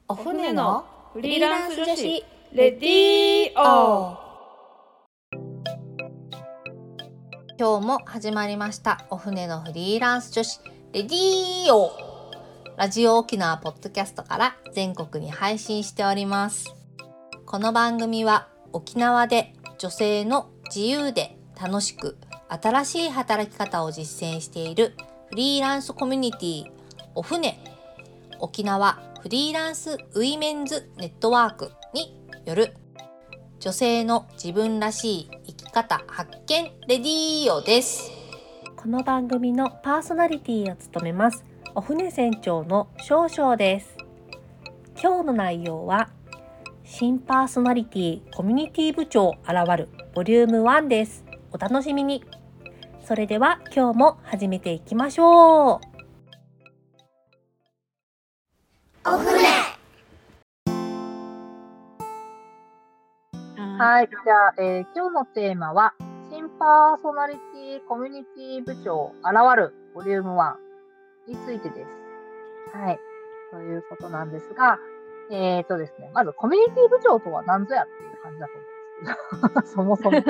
お船のフリーランス女子レディオ。今日も始まりましたお船のフリーランス女子レディオ。ラジオ沖縄ポッドキャストから全国に配信しております。この番組は沖縄で女性の自由で楽しく新しい働き方を実践しているフリーランスコミュニティお船沖縄フリーランスウィメンズネットワークによる女性の自分らしい生き方発見レディオです。 この番組のパーソナリティを務めますお船船長の少々です。今日の内容は新パーソナリティコミュニティ部長現るボリューム1です。お楽しみに。それでは今日も始めていきましょう。 お船。 はい、じゃあ、今日のテーマは新パーソナリティコミュニティ部長現るボリューム1についてです。はい、ということなんですが、ですね、まずコミュニティ部長とは何ぞやっていう感じだと思うんですけど、そもそも。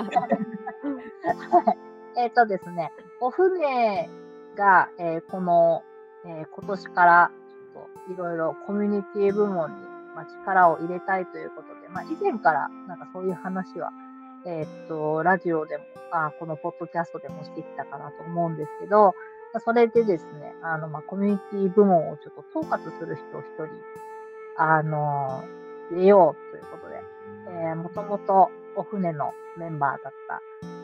はい、ですね、お船が、この、今年からちょっといろいろコミュニティ部門に、力を入れたいということで、以前からなんかそういう話は、ラジオでも、このポッドキャストでもしてきたかなと思うんですけど、それでですね、コミュニティ部門をちょっと統括する人を一人、入れようということで、もともとお船のメンバーだった、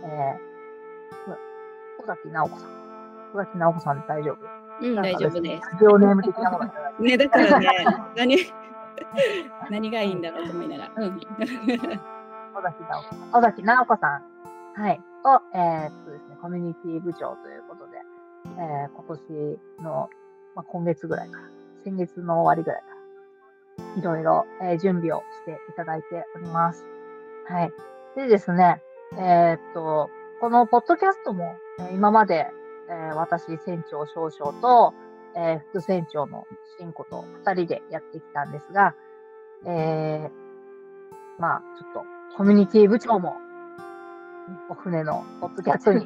尾崎直子さん。尾崎直子さんで大丈夫？ 大丈夫です。 ラジオネーム的なものじゃないね、だからね、何がいいんだろうと思いながら。 尾崎直子さん。はい。を、ですね、コミュニティ部長ということで、今年の、今月ぐらいから、先月の終わりぐらいから、いろいろ、準備をしていただいております。はい。でですね、このポッドキャストも、今まで、私、船長少々と、副船長の新子と2人でやってきたんですが、ちょっとコミュニティ部長もお船のポッドキャストに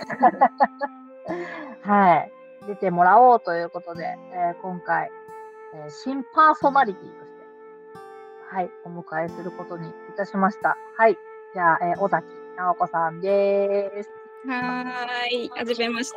はい、出てもらおうということで、今回、新パーソナリティとして、はい、お迎えすることにいたしました。はい。じゃあ、尾崎直子さんです。 はじめまして。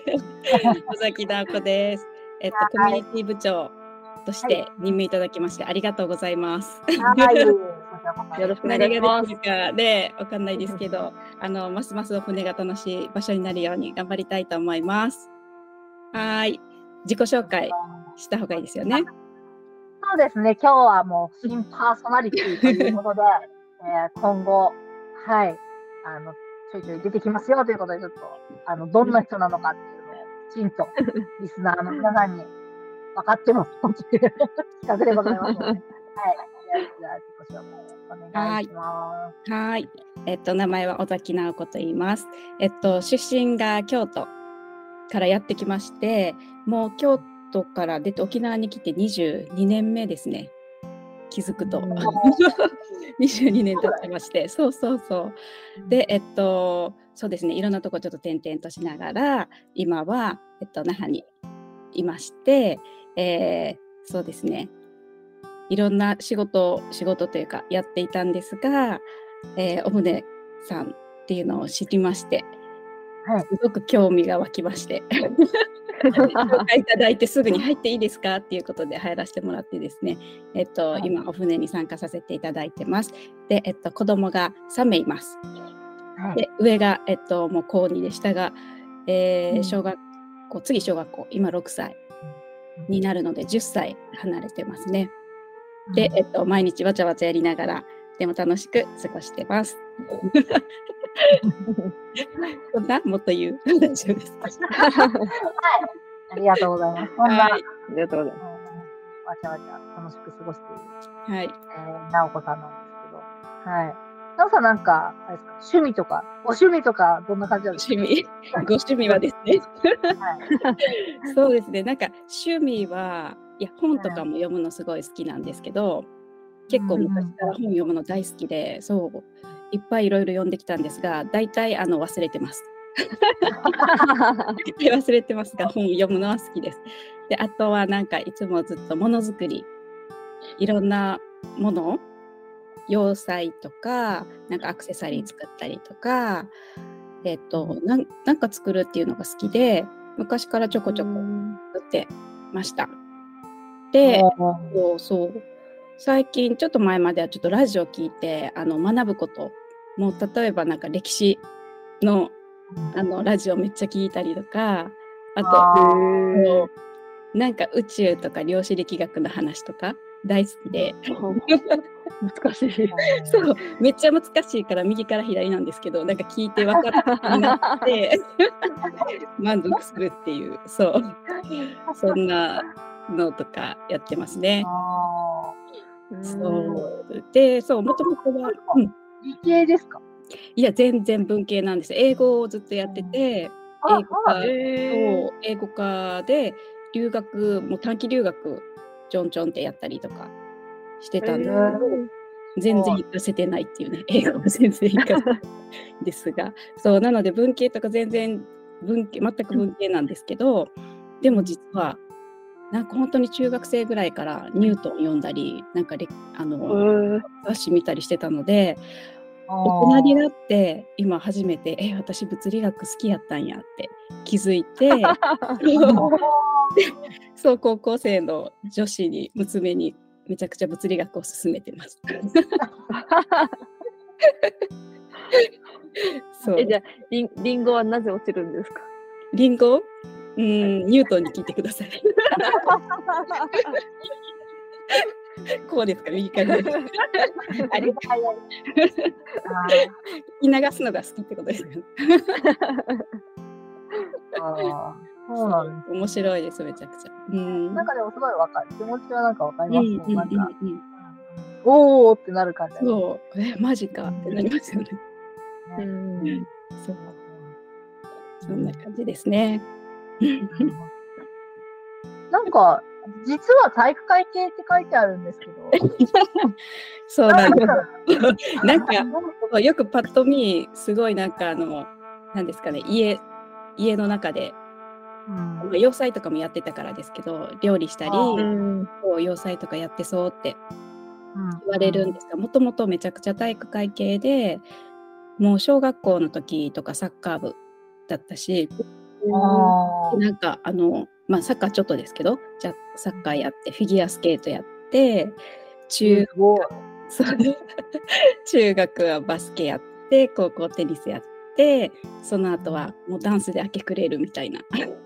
尾崎直子です。コミュニティ部長として任命いただきましてありがとうございます。 はい。よろしくお願いします。何ができるかね、わかんないですけど、ますますお船が楽しい場所になるように頑張りたいと思います。はい。自己紹介した方がいいですよね。 そうですね。今日はもう新パーソナリティということで、今後、はい、ちょいちょい出てきますよということで、ちょっと、どんな人なのかっていうのを、きちんと、リスナーの皆さんに分かってますという企画でございますので、はい。じゃあ、自己紹介お願いします。 はい。名前は尾崎直子と言います。出身が京都からやってきまして、もう京都から出て沖縄に来て22年目ですね。気づくと。22年経ってまして、そう。で、そうですね、いろんなとこちょっと転々としながら、今は、那覇にいまして、そうですね、いろんな仕事というかやっていたんですが、お船さんっていうのを知りまして、すごく興味が湧きまして、紹介いただいてすぐに入っていいですかっていうことで入らせてもらってですね、今お船に参加させていただいてます。で、子供が3名います。で、上が、もう高2で、下が、小学校、次小学校、今6歳になるので10歳離れてますね。で、毎日わちゃわちゃやりながら、でも楽しく過ごしてます。そんなもっと言う大丈夫ですか？ はい。ありがとうございます。 ありがとうございます。 わちゃわちゃ楽しく過ごしている、 はい。 直子さんなんですけど、はい。直子さんなんか、あれですか、趣味とか、ご趣味とかどんな感じなんですか？ ご趣味はですね。そうですね。なんか趣味はいや本とかも読むのすごい好きなんですけど、結構昔から本読むの大好きで、そういっぱいいろいろ読んできたんですが、大体忘れてます。忘れてますが、本読むのは好きです。で、あとはなんかいつもずっとものづくり、いろんなもの、洋裁とか、なんかアクセサリー作ったりとか、なんか作るっていうのが好きで、昔からちょこちょこ作ってました。で、そう最近ちょっと前まではちょっとラジオ聞いて学ぶこと、もう例えばなんか歴史のラジオめっちゃ聞いたりとか、あとなんか宇宙とか量子力学の話とか大好きで難しい。 そうめっちゃ難しいから右から左なんですけど、なんか聞いて分かったになって満足するっていう、そうそんなのとかやってますね。そうで、そうもともとは、 理系ですか？ いや全然文系なんです。英語をずっとやってて、英語科で留学も短期留学ちょんちょんってやったりとかしてたんですけど、全然活かせてないっていうね、英語も全然活かせないですが、そうなので文系とか全く文系なんですけど、でも実はなんか本当に中学生ぐらいからニュートン読んだり、なんか雑誌見たりしてたので、大人になって今初めて私物理学好きやったんやって気づいてそう高校生の女子に娘にめちゃくちゃ物理学を勧めてます。 そうじゃあリンゴはなぜ落ちるんですか？ リンゴニュートンに聞いてください。こうですか、右からです。あれ聞き流すのが好きってことですよね。 そうなんです。 面白いです、めちゃくちゃ。 なんかでもすごいわかる。気持ちはなんかわかりますね。なんか、おーってなる感じ。 そう、マジかってなりますよね。そう。そんな感じですね。 なんか、実は体育会系って書いてあるんですけど。 そうなんです。なんか、よくパッと見、すごいなんかなんですかね、家の中で、洋裁とかもやってたからですけど、料理したり、洋裁とかやってそうって言われるんですが、もともとめちゃくちゃ体育会系で、もう小学校の時とかサッカー部だったし、なんかサッカーちょっとですけど、じゃサッカーやってフィギュアスケートやって中学はバスケやって高校テニスやって、その後はもうダンスで明け暮れるみたいな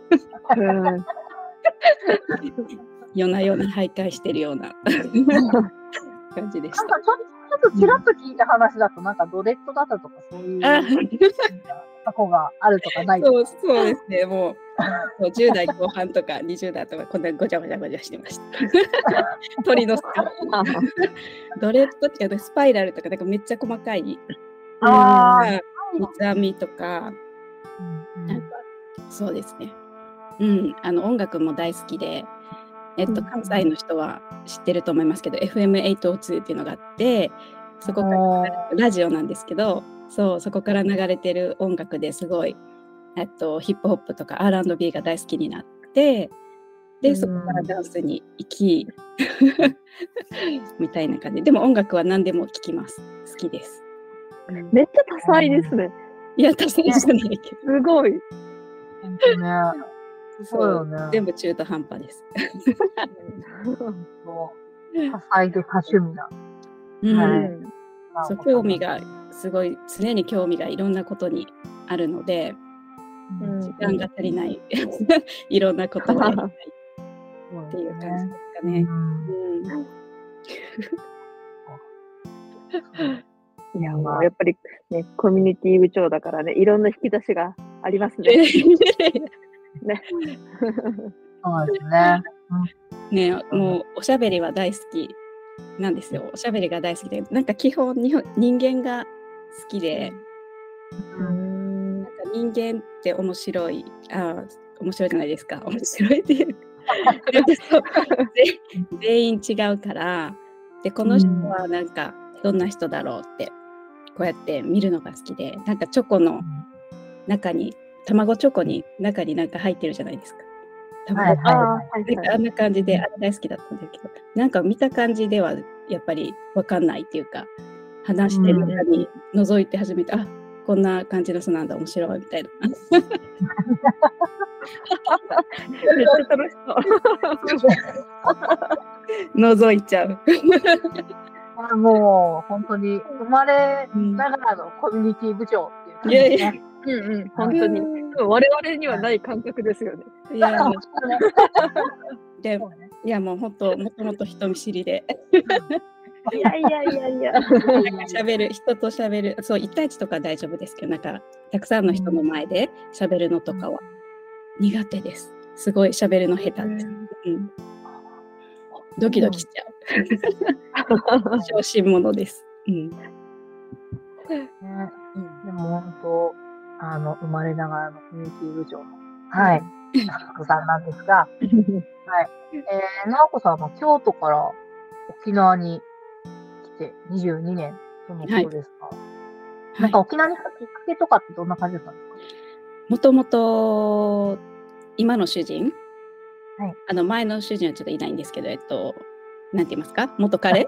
夜な夜な徘徊してるような感じでした。 ちょっとちらっと聞いた話だとなんかドレッドだったとかそういう過去があるとかないとか。 そうですね。もう10代後半とか20代とかこんなごちゃごちゃごちゃしてました。鳥のスカドレッドっていうかスパイラルとかなんかめっちゃ細かい三つ編みとか、なんかそうですね。音楽も大好きで、関西の人は知ってると思いますけど、FM802 っていうのがあって、そこからラジオなんですけど、そこから流れてる音楽ですごいヒップホップとか R&B が大好きになって、でそこからダンスに行きみたいな感じで、も音楽は何でも聴きます。好きです。 めっちゃ多彩ですね。 いや多彩じゃないけどすごい。 そう全部中途半端です。 多彩で多趣味な。 そう興味がすごい、常に興味がいろんなことにあるので、時間が足りないいろんなことをやりたいっていう感じですかね。 いやもうやっぱりねコミュニティ部長だからね、いろんな引き出しがありますね。ね。 そうですね。 ね、もうおしゃべりは大好きなんですよ。おしゃべりが大好きで、なんか基本人間が好きで、なんか人間って面白いじゃないですか。面白いっていうでもそう全員違うから、でこの人はなんかどんな人だろうってこうやって見るのが好きで、なんかチョコの中に卵チョコに中になんか入ってるじゃないですか。 はい卵はいなんかあんな感じであれ大好きだったんだけど、なんか見た感じではやっぱり分かんないっていうか、話してる中に覗いて初めて、あ、こんな感じの人なんだ、面白いみたいな。 めっちゃ楽しそう。 覗いちゃう。 もう本当に生まれながらのコミュニティ部長っていう感じですね。 本当に。我々にはない感覚ですよね。 いや、でいやもう本当もともと人見知りで。 いや。 喋る人と喋る、そう1対1とか大丈夫ですけど、なんかたくさんの人の前で喋るのとかは苦手です。すごい喋るの下手です。ドキドキしちゃう。小心者です。 でも本当生まれながらのコミュニティ部長の直子さんなんですが、直子さんは京都から沖縄に来て22年とのことですか。なんか沖縄に来たきっかけとかってどんな感じだったんですか？ もともと今の主人、前の主人はちょっといないんですけど、なんて言いますか、元彼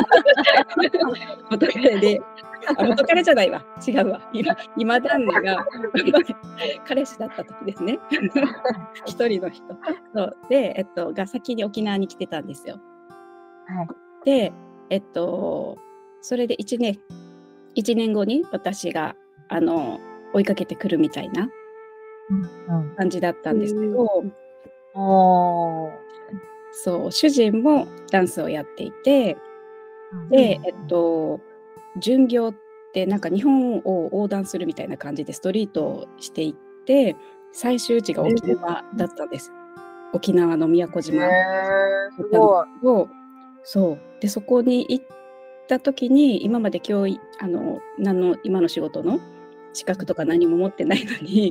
元彼で、元彼じゃないわ、違うわ、今旦那が彼氏だった時ですね。一人の人そうで、が先に沖縄に来てたんですよ。で、それで1年後に私が追いかけてくるみたいな感じだったんですけど、そう主人もダンスをやっていて、で、巡業ってなんか日本を横断するみたいな感じでストリートをしていって、最終地が沖縄だったんです。沖縄の宮古島だったんですけど、そうでそこに行った時に、今まで今の仕事の資格とか何も持ってないのに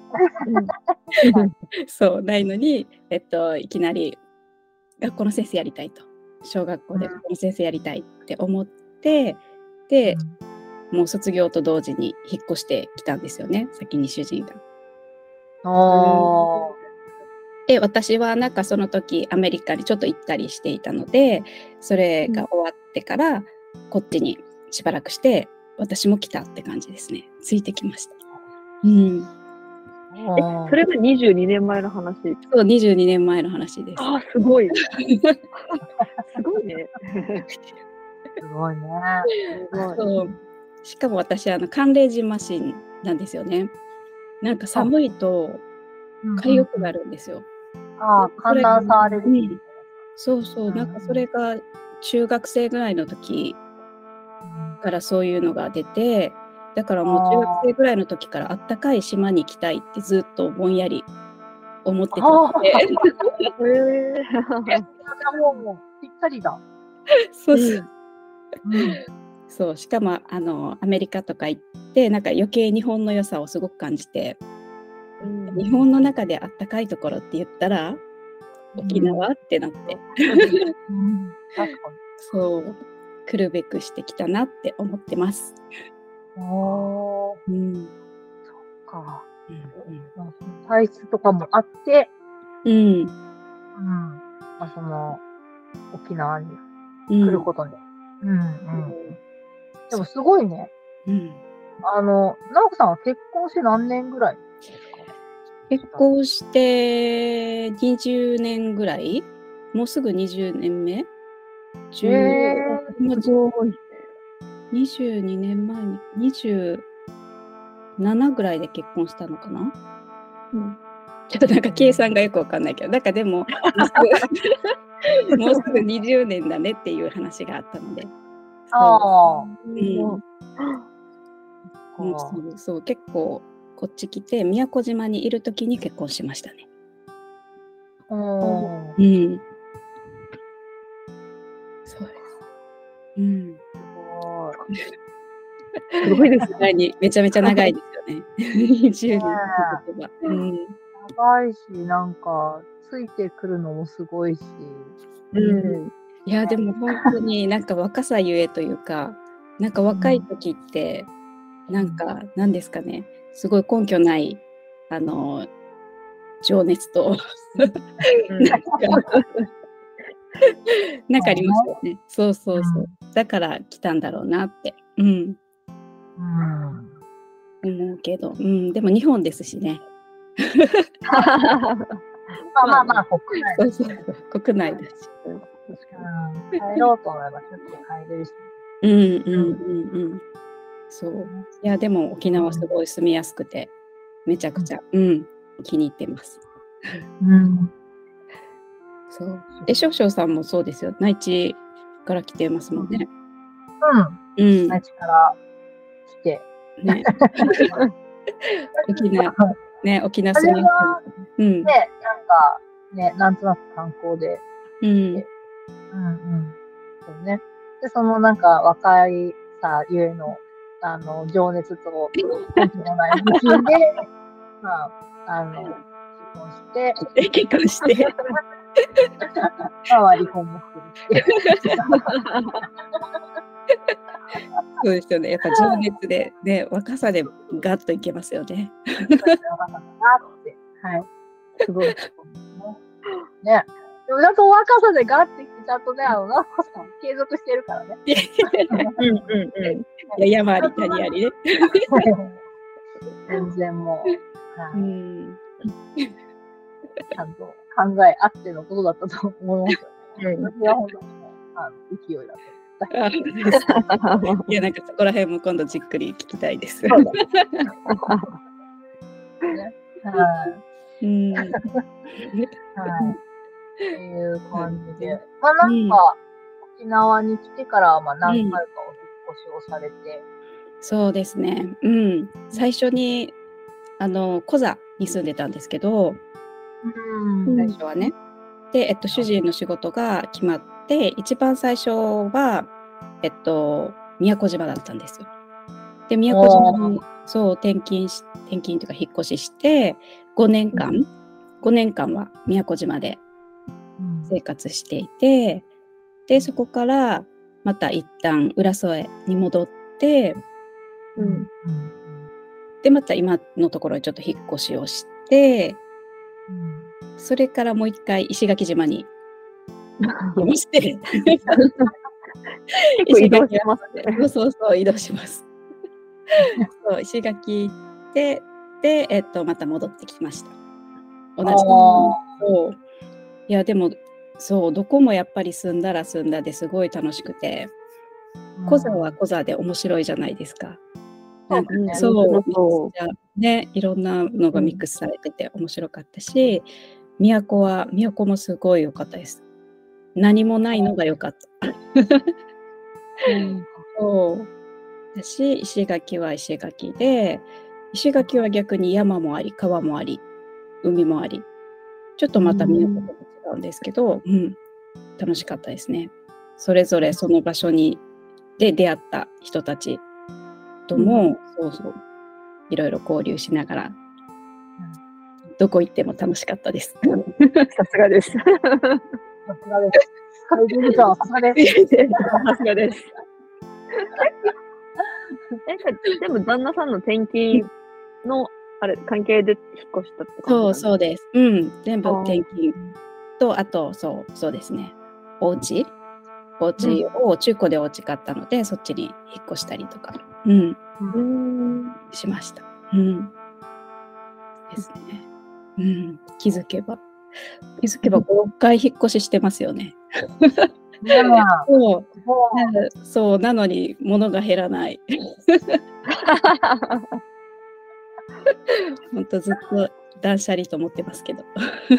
そうないのに、いきなり学校の先生やりたいと、小学校で学校の先生やりたいって思って、でもう卒業と同時に引っ越してきたんですよね、先に主人が。で私はなんかその時アメリカにちょっと行ったりしていたので、それが終わってからこっちにしばらくして私も来たって感じですね。ついてきました。 それが22年前の話。 そう、22年前の話です。 あ、すごい。すごいね。 すごいね。 そうしかも私寒冷地マシンなんですよね。なんか寒いと痒くなるんですよ。 寒暖差アレルギー。 そうそう、なんかそれが中学生ぐらいの時からそういうのが出て、だからもう中学生ぐらいの時からあったかい島に行きたいってずっとぼんやり思ってたので。 もうぴったりだ。 そうそう。そうしかもアメリカとか行ってなんか余計日本の良さをすごく感じて、日本の中であったかいところって言ったら沖縄ってなって、 確かにそう来るべくしてきたなって思ってます。 そっか。体質とかもあって、その沖縄に来ることに。でもすごいね。直子さんは結婚して何年ぐらいですか？ 結婚して20年ぐらい？もうすぐ20年目？すごい。22年前に27ぐらいで結婚したのかな？ちょっとなんか計算がよくわかんないけど、なんかでももうすぐ20年だねっていう話があったので。そう結構こっち来て宮古島にいる時に結婚しましたね。そうです。すごいですね。めちゃめちゃ長いですよね。20年って言葉。 近いし、なんか、ついてくるのもすごいし。 いや、でも本当になんか若さゆえというか、なんか若い時って、なんか、なんですかね、すごい根拠ない、情熱と、なんかありますよね。そうそうそう。だから来たんだろうなって。思うけど、でも日本ですしね。 まあ、国内そうそうそう、国内だし。 帰ろうと思えばちょっと帰れるし。 そう。いや、でも沖縄すごい住みやすくて、めちゃくちゃ、気に入ってます。そう。少々さんもそうですよ。内地から来てますもんね。 内地から来て。 ね。沖縄住みやすい。なんか、ね、なんとなく観光で来て。そうね。で、そのなんか若いさ、ゆえの、情熱と根拠のない自信で、結婚して、離婚もするっていう。 そうですよね。やっぱ情熱で、若さでガッといけますよね。 はい。すごい。ね。でも、ちゃんと若さでガッてきて、ちゃんとね、直子さん継続してるからね。 いや、山あり谷ありね。 全然もう、ちゃんと考えあってのことだったと思いますよね。私は本当に勢いだった。 いや、なんかそこら辺も今度じっくり聞きたいです。 っていう感じで。なんか、沖縄に来てからは何回かお引っ越しをされて。 そうですね。最初に、コザに住んでたんですけど、最初はね。で、主人の仕事が決まって、一番最初は、宮古島だったんですよ。で、宮古島に、そう、転勤というか引っ越しして、5年間は宮古島で生活していて、で、そこからまた一旦浦添に戻って、で、また今のところにちょっと引っ越しをして、それからもう一回石垣島にいまして。 移動しますね。 そう、移動します。そう、石垣行って、で、また戻ってきました。同じ。そう。いや、でも、そう、どこもやっぱり住んだら住んだですごい楽しくて、コザはコザで面白いじゃないですか。そう、ね、いろんなのがミックスされてて面白かったし、宮古もすごい良かったです。何もないのが良かった。そうだし、石垣は石垣で、石垣は逆に山もあり、川もあり、海もあり、ちょっとまた宮古と違うんですけど、楽しかったですね。それぞれその場所で出会った人たちとも、いろいろ交流しながら、どこ行っても楽しかったです。 さすがです。 さすがです。海軍部長、さすがです。 さすがです。でも旦那さんの転勤の関係で引っ越したって感じそうです。全部転勤と、あとそうですね。お家を中古でお家買ったので、そっちに引っ越したりとか、しました。ですね。気づけば5、6回引っ越ししてますよね。そう、なのに物が減らない。本当ずっと断捨離と思ってますけど。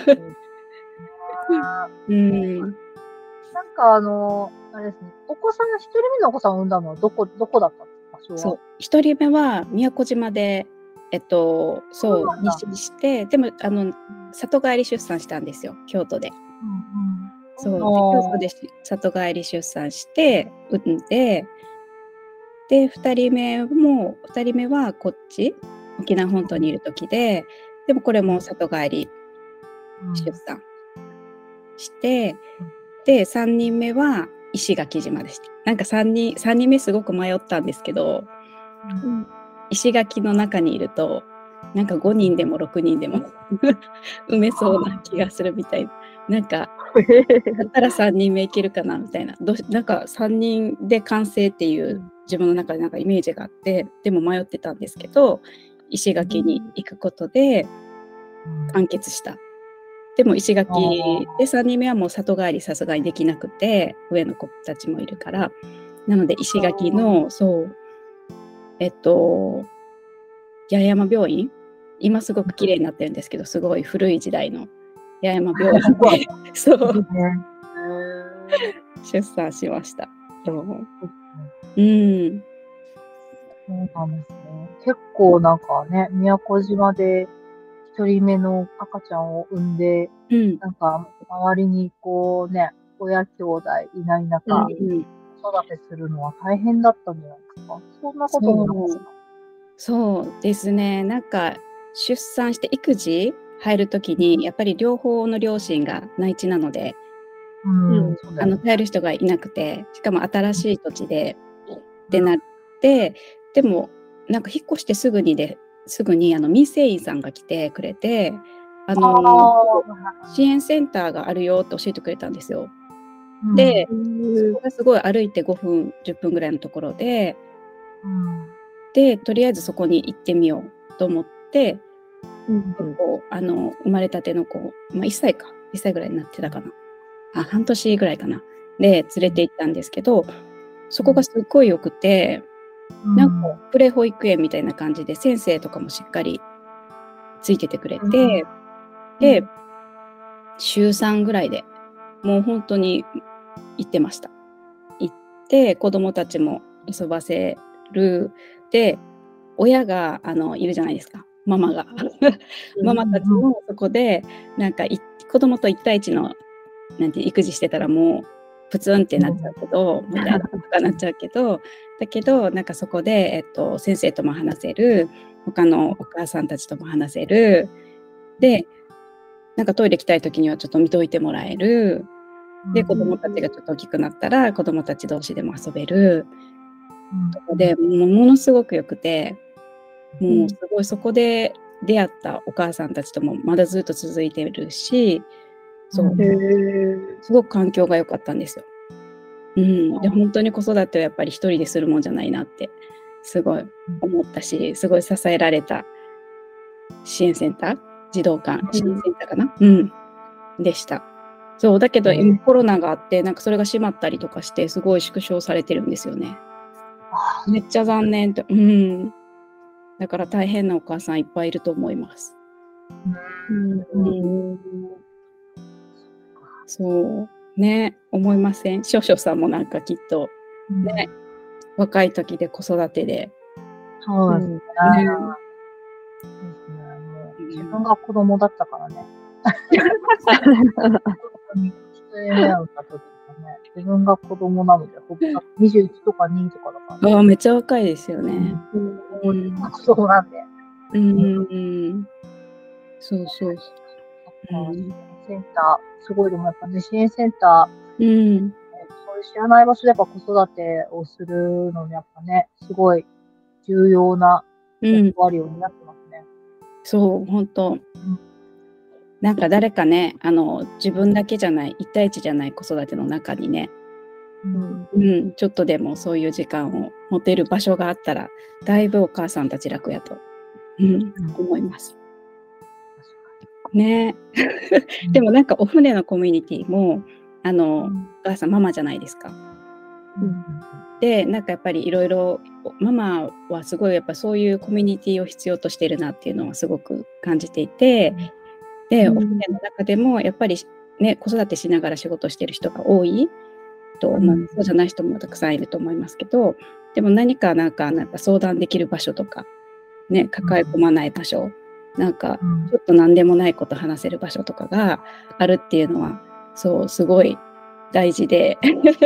なんかあれですね、一人目のお子さんを産んだのはどこだったんですか？ そう、一人目は宮古島で、妊娠して、でも里帰り出産したんですよ、京都で。そう、京都で里帰り出産して産んで、で2人目はこっち沖縄本島にいる時で、 でもこれも里帰り出産して、で3人目は石垣島でした。なんか3人目すごく迷ったんですけど、石垣の中にいるとなんか5人でも6人でも埋めそうな気がするみたいな。なんかだったら3人目いけるかなみたいな。なんか3人で完成っていう自分の中でなんかイメージがあって、でも迷ってたんですけど、石垣に行くことで完結した。でも石垣で3人目はもう里帰りさすがにできなくて、上の子たちもいるから、なので石垣の八重山病院、今すごく綺麗になってるんですけど、すごい古い時代の八重山病院でそう出産しました。そうなんですね。結構なんかね、宮古島で一人目の赤ちゃんを産んで、なんか周りにこうね、親兄弟いない中、子育てするのは大変だったんじゃないですか。そんなこともなかった。 そうですね。なんか出産して育児入るときにやっぱり両方の両親が内地なので、頼る人がいなくて、しかも新しい土地でってなって、でもなんか引っ越してすぐに民生委員さんが来てくれて、支援センターがあるよって教えてくれたんですよ。で、そこがすごい歩いて5分10分ぐらいのところで、でとりあえずそこに行ってみようと思って、生まれたての子、1歳ぐらいになってたかな、半年ぐらいかなで連れて行ったんですけど、そこがすっごいよくて、なんかプレ保育園みたいな感じで先生とかもしっかりついててくれて、で週3ぐらいでもう本当に行ってました。行って子供たちも遊ばせる。で親がいるじゃないですか、ママがママたちもそこでなんか子供と1対1のなんて育児してたらもうプツンってなっちゃうけど、みたいなとかなっちゃうけど、だけどなんかそこで、先生とも話せる、他のお母さんたちとも話せる、でなんかトイレ行きたい時にはちょっと見といてもらえる、で子供たちがちょっと大きくなったら子供たち同士でも遊べる、とかでものすごくよくて、もうすごいそこで出会ったお母さんたちともまだずっと続いてるし、そうすごく環境が良かったんですよ。で本当に子育てはやっぱり一人でするもんじゃないなってすごい思ったし、すごい支えられた支援センター、児童館支援センターかな、でした。そうだけど今コロナがあってなんかそれが閉まったりとかしてすごい縮小されてるんですよね。めっちゃ残念って。だから大変なお母さんいっぱいいると思います。そうね、思いません？少々さんもなんかきっとね、若い時で子育てで。 そうですね。自分が子供だったからね。自分が子供なので、21とか2とかだから、 めっちゃ若いですよね。 子供なんで。 そうそう。 センター、すごいでもやっぱね、支援センター、そういう知らない場所でやっぱ子育てをするのにやっぱね、すごい重要な役割を担ってますね。 そう、本当。なんか誰かね、自分だけじゃない、1対1じゃない子育ての中にね、ちょっとでもそういう時間を持てる場所があったら、だいぶお母さんたち楽やと、思います。ねでもなんかお船のコミュニティも、お母さんママじゃないですか。で、なんかやっぱりいろいろママはすごいやっぱそういうコミュニティを必要としているなっていうのはすごく感じていて、で、お船の中でもやっぱりね、子育てしながら仕事してる人が多いと、そうじゃない人もたくさんいると思いますけど、でも何かなんか相談できる場所とか、ね、抱え込まない場所、なんかちょっと何でもないこと話せる場所とかがあるっていうのは、そうすごい大事で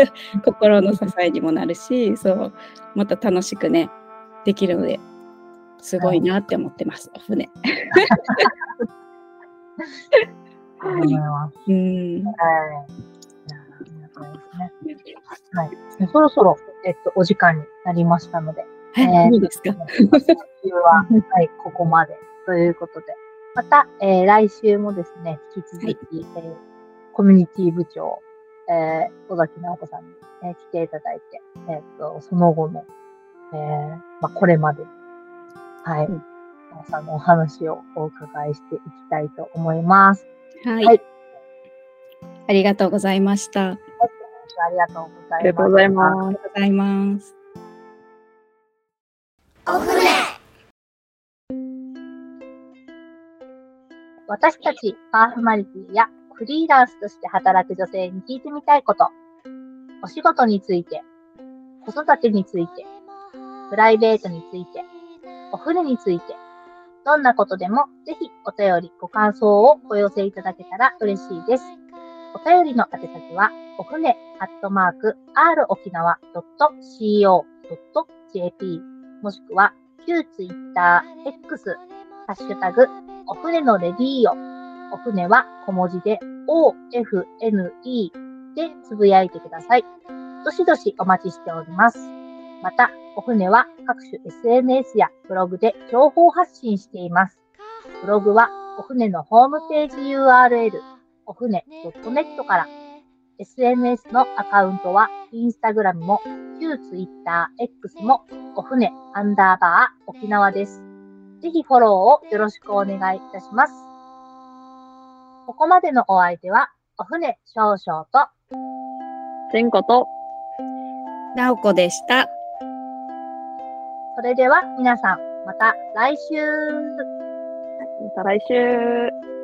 心の支えにもなるし、そうまた楽しくねできるので、 すごいなって思ってます、お船。 ありがとうございます。 うん。 はい。いや、ありがとうございますね。はい。そろそろ、お時間になりましたので。 いいですか。 今週は、はい、ここまでということで。また、来週もですね、引き続き、コミュニティ部長、尾崎直子さんに、来ていただいて、その後の、これまで、はい、皆さんのお話をお伺いしていきたいと思います。 はい。ありがとうございました。 ありがとうございます。 ありがとうございます。 ありがとうございます。 お船。 私たちパーソナリティやフリーランスとして働く女性に聞いてみたいこと、お仕事について、子育てについて、プライベートについて、お船について、どんなことでもぜひお便り、ご感想をお寄せいただけたら嬉しいです。お便りの宛先は、お船@r-okinawa.co.jp もしくは旧Twitter X、ハッシュタグ、お船のレディーよ。お船は小文字で OFNE でつぶやいてください。どしどしお待ちしております。また、お船は各種 SNS やブログで情報発信しています。ブログはお船のホームページ URL、お船 .net から、SNS のアカウントはインスタグラムも旧Twitter X もお船_沖縄です。ぜひフォローをよろしくお願いいたします。ここまでのお相手は、お船少々と、 千子と、 なおこでした。 それでは皆さん、また来週。 また来週。